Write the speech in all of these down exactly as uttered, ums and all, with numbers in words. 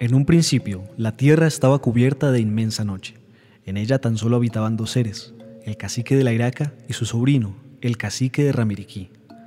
En un principio, la tierra estaba cubierta de inmensa noche. En ella tan solo habitaban dos seres, el cacique de la Iraca y su sobrino, el cacique de Ramiriquí.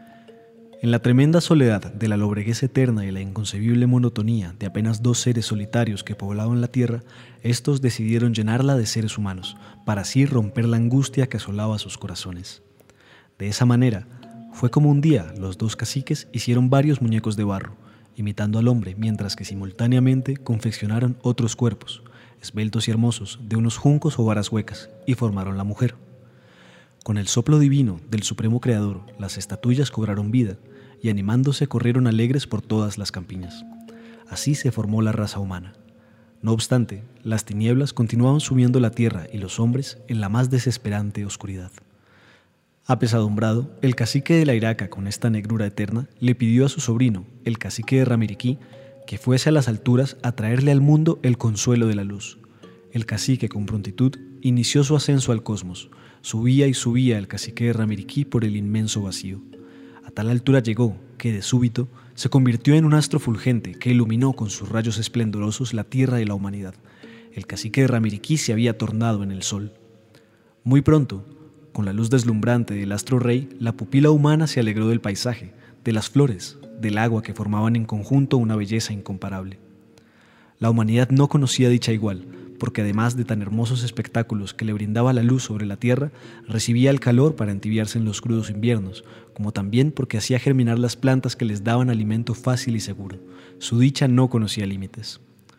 En la tremenda soledad de la lobreguez eterna y la inconcebible monotonía de apenas dos seres solitarios que poblaban la tierra, estos decidieron llenarla de seres humanos, para así romper la angustia que asolaba sus corazones. De esa manera, fue como un día los dos caciques hicieron varios muñecos de barro, imitando al hombre, mientras que simultáneamente confeccionaron otros cuerpos, esbeltos y hermosos, de unos juncos o varas huecas, y formaron la mujer. Con el soplo divino del Supremo Creador, las estatuillas cobraron vida, y animándose corrieron alegres por todas las campiñas. Así se formó la raza humana. No obstante, las tinieblas continuaban subiendo la tierra y los hombres en la más desesperante oscuridad. Apesadumbrado, el cacique de la Iraca con esta negrura eterna le pidió a su sobrino, el cacique de Ramiriquí, que fuese a las alturas a traerle al mundo el consuelo de la luz. El cacique con prontitud inició su ascenso al cosmos. Subía y subía el cacique de Ramiriquí por el inmenso vacío. A tal altura llegó que, de súbito, se convirtió en un astro fulgente que iluminó con sus rayos esplendorosos la tierra y la humanidad. El cacique de Ramiriquí se había tornado en el sol. Muy pronto, con la luz deslumbrante del astro rey, la pupila humana se alegró del paisaje, de las flores, del agua que formaban en conjunto una belleza incomparable. La humanidad no conocía dicha igual, porque además de tan hermosos espectáculos que le brindaba la luz sobre la tierra, recibía el calor para entibiarse en los crudos inviernos, como también porque hacía germinar las plantas que les daban alimento fácil y seguro. Su dicha no conocía límites.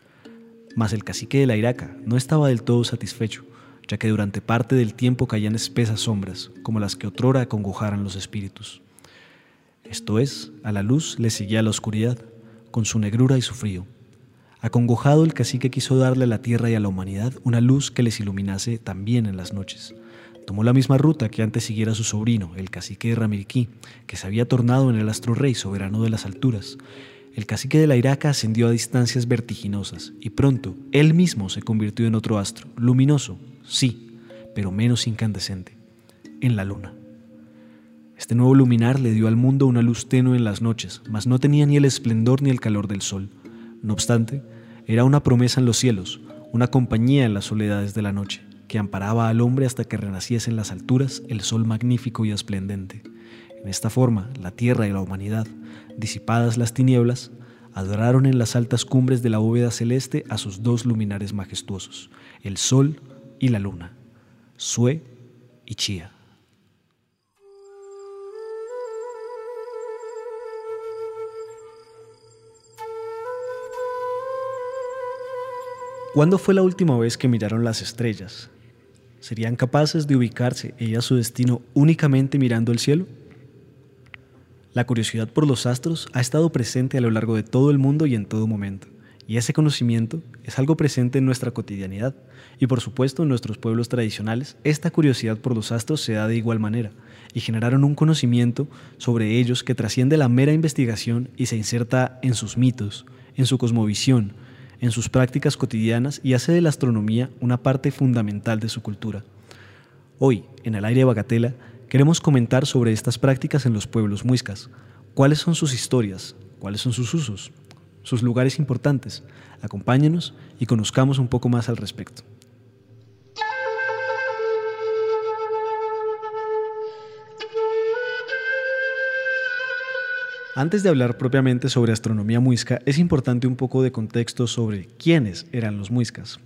Mas el cacique de la Iraca no estaba del todo satisfecho, ya que durante parte del tiempo caían espesas sombras, como las que otrora acongojaran los espíritus. Esto es, a la luz le seguía la oscuridad, con su negrura y su frío. Acongojado, el cacique quiso darle a la tierra y a la humanidad una luz que les iluminase también en las noches. Tomó la misma ruta que antes siguiera su sobrino, el cacique de Ramiriquí, que se había tornado en el astro rey soberano de las alturas. El cacique de la Iraca ascendió a distancias vertiginosas y pronto él mismo se convirtió en otro astro, luminoso, sí, pero menos incandescente, en la luna. Este nuevo luminar le dio al mundo una luz tenue en las noches, mas no tenía ni el esplendor ni el calor del sol. No obstante, era una promesa en los cielos, una compañía en las soledades de la noche, que amparaba al hombre hasta que renaciese en las alturas el sol magnífico y esplendente. En esta forma, la tierra y la humanidad, disipadas las tinieblas, adoraron en las altas cumbres de la bóveda celeste a sus dos luminares majestuosos, el sol y la luna, Sue y Chía. ¿Cuándo fue la última vez que miraron las estrellas? ¿Serían capaces de ubicarse e ir a su destino únicamente mirando el cielo? La curiosidad por los astros ha estado presente a lo largo de todo el mundo y en todo momento, y ese conocimiento es algo presente en nuestra cotidianidad, y por supuesto en nuestros pueblos tradicionales, esta curiosidad por los astros se da de igual manera, y generaron un conocimiento sobre ellos que trasciende la mera investigación y se inserta en sus mitos, en su cosmovisión, en sus prácticas cotidianas y hace de la astronomía una parte fundamental de su cultura. Hoy, en El Aire de Bagatela, queremos comentar sobre estas prácticas en los pueblos muiscas. ¿Cuáles son sus historias? ¿Cuáles son sus usos? ¿Sus lugares importantes? Acompáñenos y conozcamos un poco más al respecto. Antes de hablar propiamente sobre astronomía muisca, es importante un poco de contexto sobre quiénes eran los muiscas.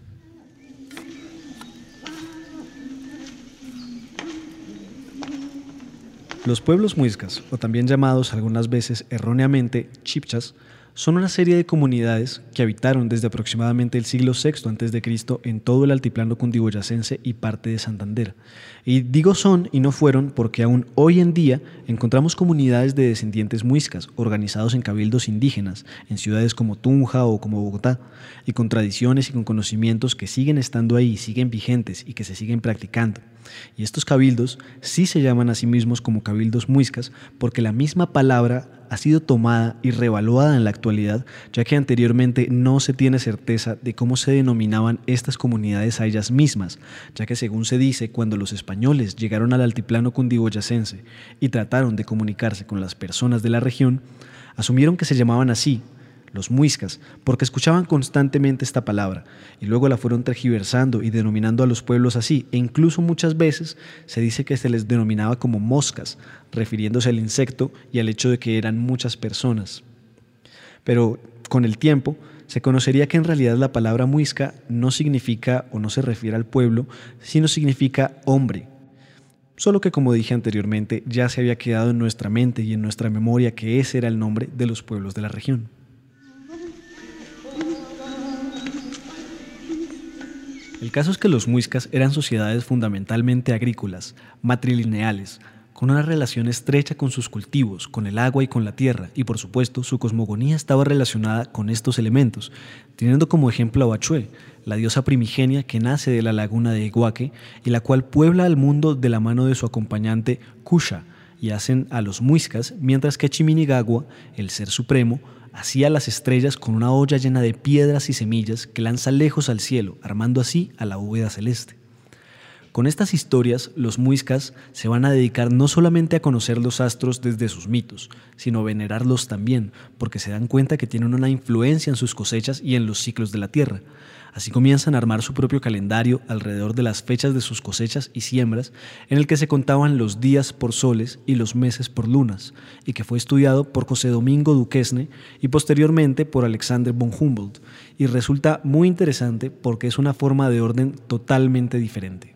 Los pueblos muiscas, o también llamados algunas veces erróneamente chibchas, son una serie de comunidades que habitaron desde aproximadamente el siglo sexto antes de Cristo en todo el altiplano cundiboyacense y parte de Santander. Y digo son y no fueron porque aún hoy en día encontramos comunidades de descendientes muiscas organizados en cabildos indígenas, en ciudades como Tunja o como Bogotá, y con tradiciones y con conocimientos que siguen estando ahí, siguen vigentes y que se siguen practicando. Y estos cabildos sí se llaman a sí mismos como cabildos muiscas porque la misma palabra ha sido tomada y revaluada en la actualidad, ya que anteriormente no se tiene certeza de cómo se denominaban estas comunidades a ellas mismas, ya que según se dice, cuando los españoles llegaron al altiplano cundiboyacense y trataron de comunicarse con las personas de la región, asumieron que se llamaban así, los muiscas, porque escuchaban constantemente esta palabra y luego la fueron tergiversando y denominando a los pueblos así, e incluso muchas veces se dice que se les denominaba como moscas, refiriéndose al insecto y al hecho de que eran muchas personas. Pero con el tiempo se conocería que en realidad la palabra muisca no significa o no se refiere al pueblo, sino significa hombre. Solo que, como dije anteriormente, ya se había quedado en nuestra mente y en nuestra memoria que ese era el nombre de los pueblos de la región. El caso es que los muiscas eran sociedades fundamentalmente agrícolas, matrilineales, con una relación estrecha con sus cultivos, con el agua y con la tierra, y por supuesto su cosmogonía estaba relacionada con estos elementos, teniendo como ejemplo a Bachué, la diosa primigenia que nace de la laguna de Iguaque y la cual puebla al mundo de la mano de su acompañante Kusha, y hacen a los muiscas, mientras que Chiminigagua, el ser supremo, hacía las estrellas con una olla llena de piedras y semillas que lanza lejos al cielo, armando así a la bóveda celeste. Con estas historias, los muiscas se van a dedicar no solamente a conocer los astros desde sus mitos, sino a venerarlos también, porque se dan cuenta que tienen una influencia en sus cosechas y en los ciclos de la tierra. Así comienzan a armar su propio calendario alrededor de las fechas de sus cosechas y siembras, en el que se contaban los días por soles y los meses por lunas, y que fue estudiado por José Domingo Duquesne y posteriormente por Alexander von Humboldt, y resulta muy interesante porque es una forma de orden totalmente diferente.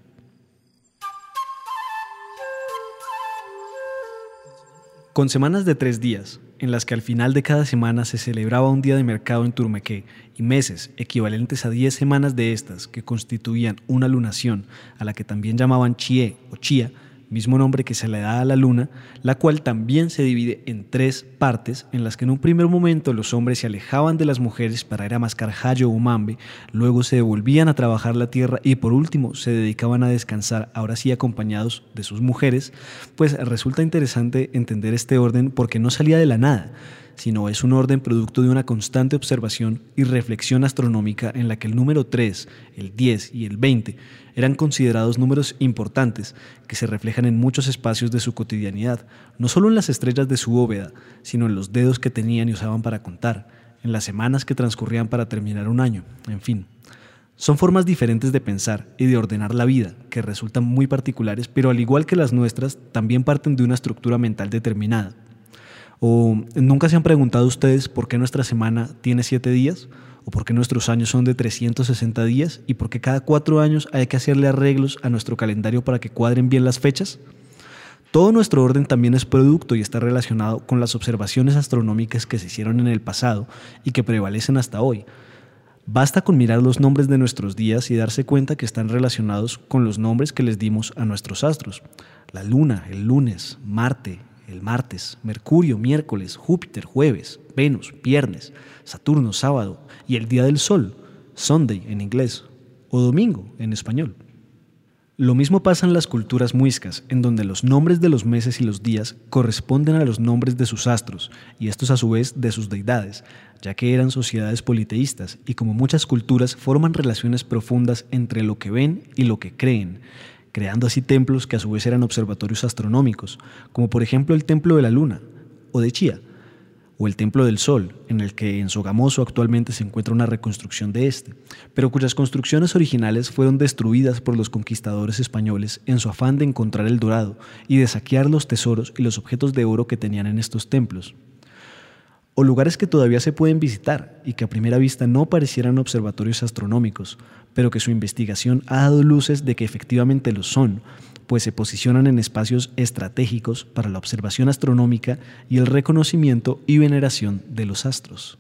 Con semanas de tres días, en las que al final de cada semana se celebraba un día de mercado en Turmequé, y meses equivalentes a diez semanas de estas que constituían una lunación, a la que también llamaban Chie o Chía, mismo nombre que se le da a la luna, la cual también se divide en tres partes en las que en un primer momento los hombres se alejaban de las mujeres para ir a mascar jayo o mambe, luego se devolvían a trabajar la tierra y por último se dedicaban a descansar, ahora sí acompañados de sus mujeres. Pues resulta interesante entender este orden porque no salía de la nada, sino es un orden producto de una constante observación y reflexión astronómica en la que el número tres, el diez y el veinte eran considerados números importantes que se reflejan en muchos espacios de su cotidianidad, no solo en las estrellas de su bóveda, sino en los dedos que tenían y usaban para contar, en las semanas que transcurrían para terminar un año, en fin. Son formas diferentes de pensar y de ordenar la vida, que resultan muy particulares, pero al igual que las nuestras, también parten de una estructura mental determinada. ¿O nunca se han preguntado ustedes por qué nuestra semana tiene siete días? ¿O por qué nuestros años son de trescientos sesenta días? ¿Y por qué cada cuatro años hay que hacerle arreglos a nuestro calendario para que cuadren bien las fechas? Todo nuestro orden también es producto y está relacionado con las observaciones astronómicas que se hicieron en el pasado y que prevalecen hasta hoy. Basta con mirar los nombres de nuestros días y darse cuenta que están relacionados con los nombres que les dimos a nuestros astros. La luna, el lunes, Marte, el martes, Mercurio, miércoles, Júpiter, jueves, Venus, viernes, Saturno, sábado y el día del sol, Sunday en inglés, o domingo en español. Lo mismo pasa en las culturas muiscas, en donde los nombres de los meses y los días corresponden a los nombres de sus astros, y estos a su vez de sus deidades, ya que eran sociedades politeístas y como muchas culturas forman relaciones profundas entre lo que ven y lo que creen, creando así templos que a su vez eran observatorios astronómicos, como por ejemplo el Templo de la Luna, o de Chía, o el Templo del Sol, en el que en Sogamoso actualmente se encuentra una reconstrucción de este, pero cuyas construcciones originales fueron destruidas por los conquistadores españoles en su afán de encontrar el dorado y de saquear los tesoros y los objetos de oro que tenían en estos templos. O lugares que todavía se pueden visitar y que a primera vista no parecieran observatorios astronómicos, pero que su investigación ha dado luces de que efectivamente lo son, pues se posicionan en espacios estratégicos para la observación astronómica y el reconocimiento y veneración de los astros.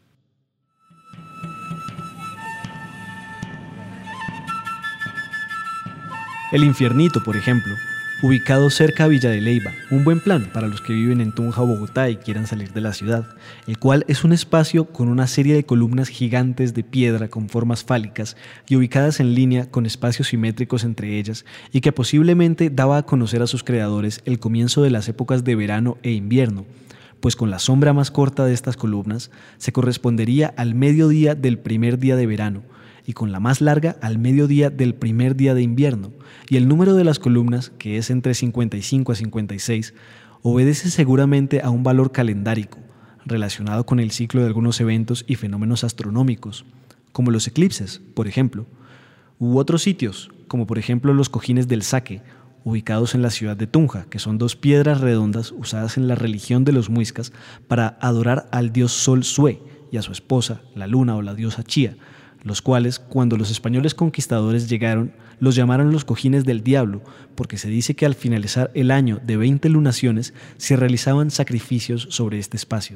El Infiernito, por ejemplo, ubicado cerca a Villa de Leyva, un buen plan para los que viven en Tunja o Bogotá y quieran salir de la ciudad, el cual es un espacio con una serie de columnas gigantes de piedra con formas fálicas y ubicadas en línea con espacios simétricos entre ellas y que posiblemente daba a conocer a sus creadores el comienzo de las épocas de verano e invierno, pues con la sombra más corta de estas columnas se correspondería al mediodía del primer día de verano, y con la más larga al mediodía del primer día de invierno, y el número de las columnas, que es entre cincuenta y cinco a cincuenta y seis, obedece seguramente a un valor calendárico, relacionado con el ciclo de algunos eventos y fenómenos astronómicos, como los eclipses, por ejemplo, u otros sitios, como por ejemplo los cojines del Saque, ubicados en la ciudad de Tunja, que son dos piedras redondas usadas en la religión de los muiscas para adorar al dios Sol Sue y a su esposa, la luna o la diosa Chía, los cuales, cuando los españoles conquistadores llegaron, los llamaron los cojines del diablo, porque se dice que al finalizar el año de veinte lunaciones se realizaban sacrificios sobre este espacio.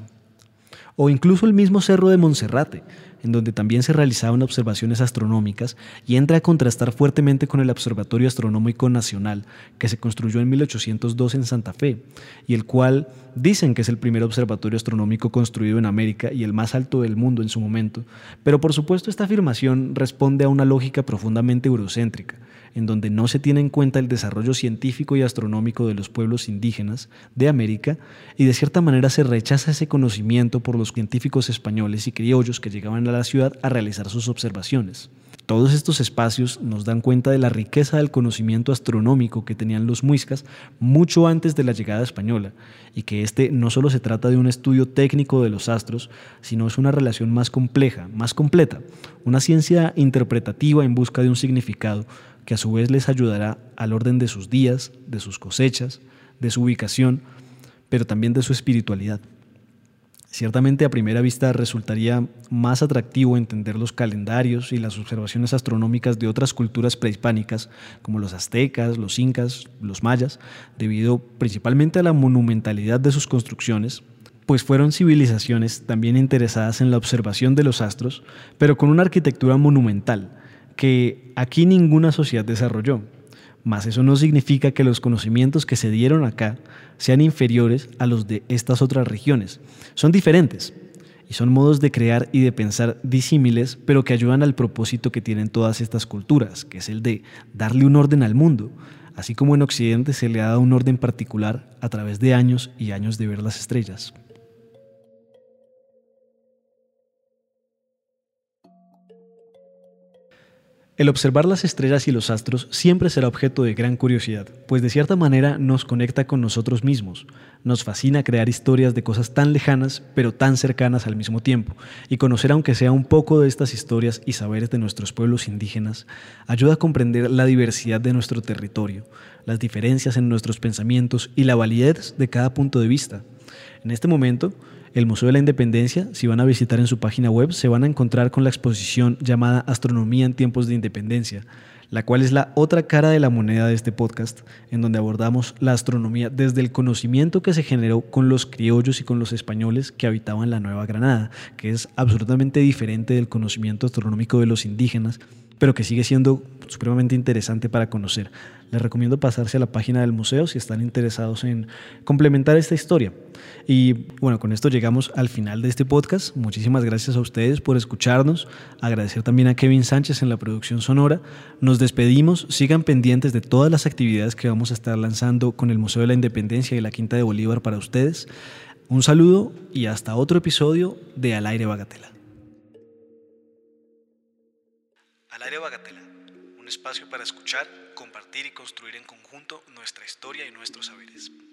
O incluso el mismo Cerro de Monserrate, en donde también se realizaban observaciones astronómicas y entra a contrastar fuertemente con el Observatorio Astronómico Nacional, que se construyó en mil ochocientos dos en Santa Fe, y el cual dicen que es el primer observatorio astronómico construido en América y el más alto del mundo en su momento, pero por supuesto esta afirmación responde a una lógica profundamente eurocéntrica, en donde no se tiene en cuenta el desarrollo científico y astronómico de los pueblos indígenas de América y de cierta manera se rechaza ese conocimiento por los científicos españoles y criollos que llegaban a la ciudad a realizar sus observaciones. Todos estos espacios nos dan cuenta de la riqueza del conocimiento astronómico que tenían los muiscas mucho antes de la llegada española y que este no solo se trata de un estudio técnico de los astros, sino es una relación más compleja, más completa, una ciencia interpretativa en busca de un significado que a su vez les ayudará al orden de sus días, de sus cosechas, de su ubicación, pero también de su espiritualidad. Ciertamente a primera vista resultaría más atractivo entender los calendarios y las observaciones astronómicas de otras culturas prehispánicas como los aztecas, los incas, los mayas, debido principalmente a la monumentalidad de sus construcciones, pues fueron civilizaciones también interesadas en la observación de los astros, pero con una arquitectura monumental, que aquí ninguna sociedad desarrolló. Mas eso no significa que los conocimientos que se dieron acá sean inferiores a los de estas otras regiones. Son diferentes y son modos de crear y de pensar disímiles, pero que ayudan al propósito que tienen todas estas culturas, que es el de darle un orden al mundo, así como en Occidente se le ha dado un orden particular a través de años y años de ver las estrellas. El observar las estrellas y los astros siempre será objeto de gran curiosidad, pues de cierta manera nos conecta con nosotros mismos. Nos fascina crear historias de cosas tan lejanas, pero tan cercanas al mismo tiempo, y conocer aunque sea un poco de estas historias y saberes de nuestros pueblos indígenas ayuda a comprender la diversidad de nuestro territorio, las diferencias en nuestros pensamientos y la validez de cada punto de vista. En este momento, el Museo de la Independencia, si van a visitar en su página web, se van a encontrar con la exposición llamada Astronomía en tiempos de independencia, la cual es la otra cara de la moneda de este podcast, en donde abordamos la astronomía desde el conocimiento que se generó con los criollos y con los españoles que habitaban la Nueva Granada, que es absolutamente diferente del conocimiento astronómico de los indígenas, pero que sigue siendo supremamente interesante para conocer. Les recomiendo pasarse a la página del museo si están interesados en complementar esta historia. Y bueno, con esto llegamos al final de este podcast. Muchísimas gracias a ustedes por escucharnos. Agradecer también a Kevin Sánchez en la producción sonora. Nos despedimos. Sigan pendientes de todas las actividades que vamos a estar lanzando con el Museo de la Independencia y la Quinta de Bolívar para ustedes. Un saludo y hasta otro episodio de Al Aire Bagatela. Al Aire Bagatela, un espacio para escuchar, compartir y construir en conjunto nuestra historia y nuestros saberes.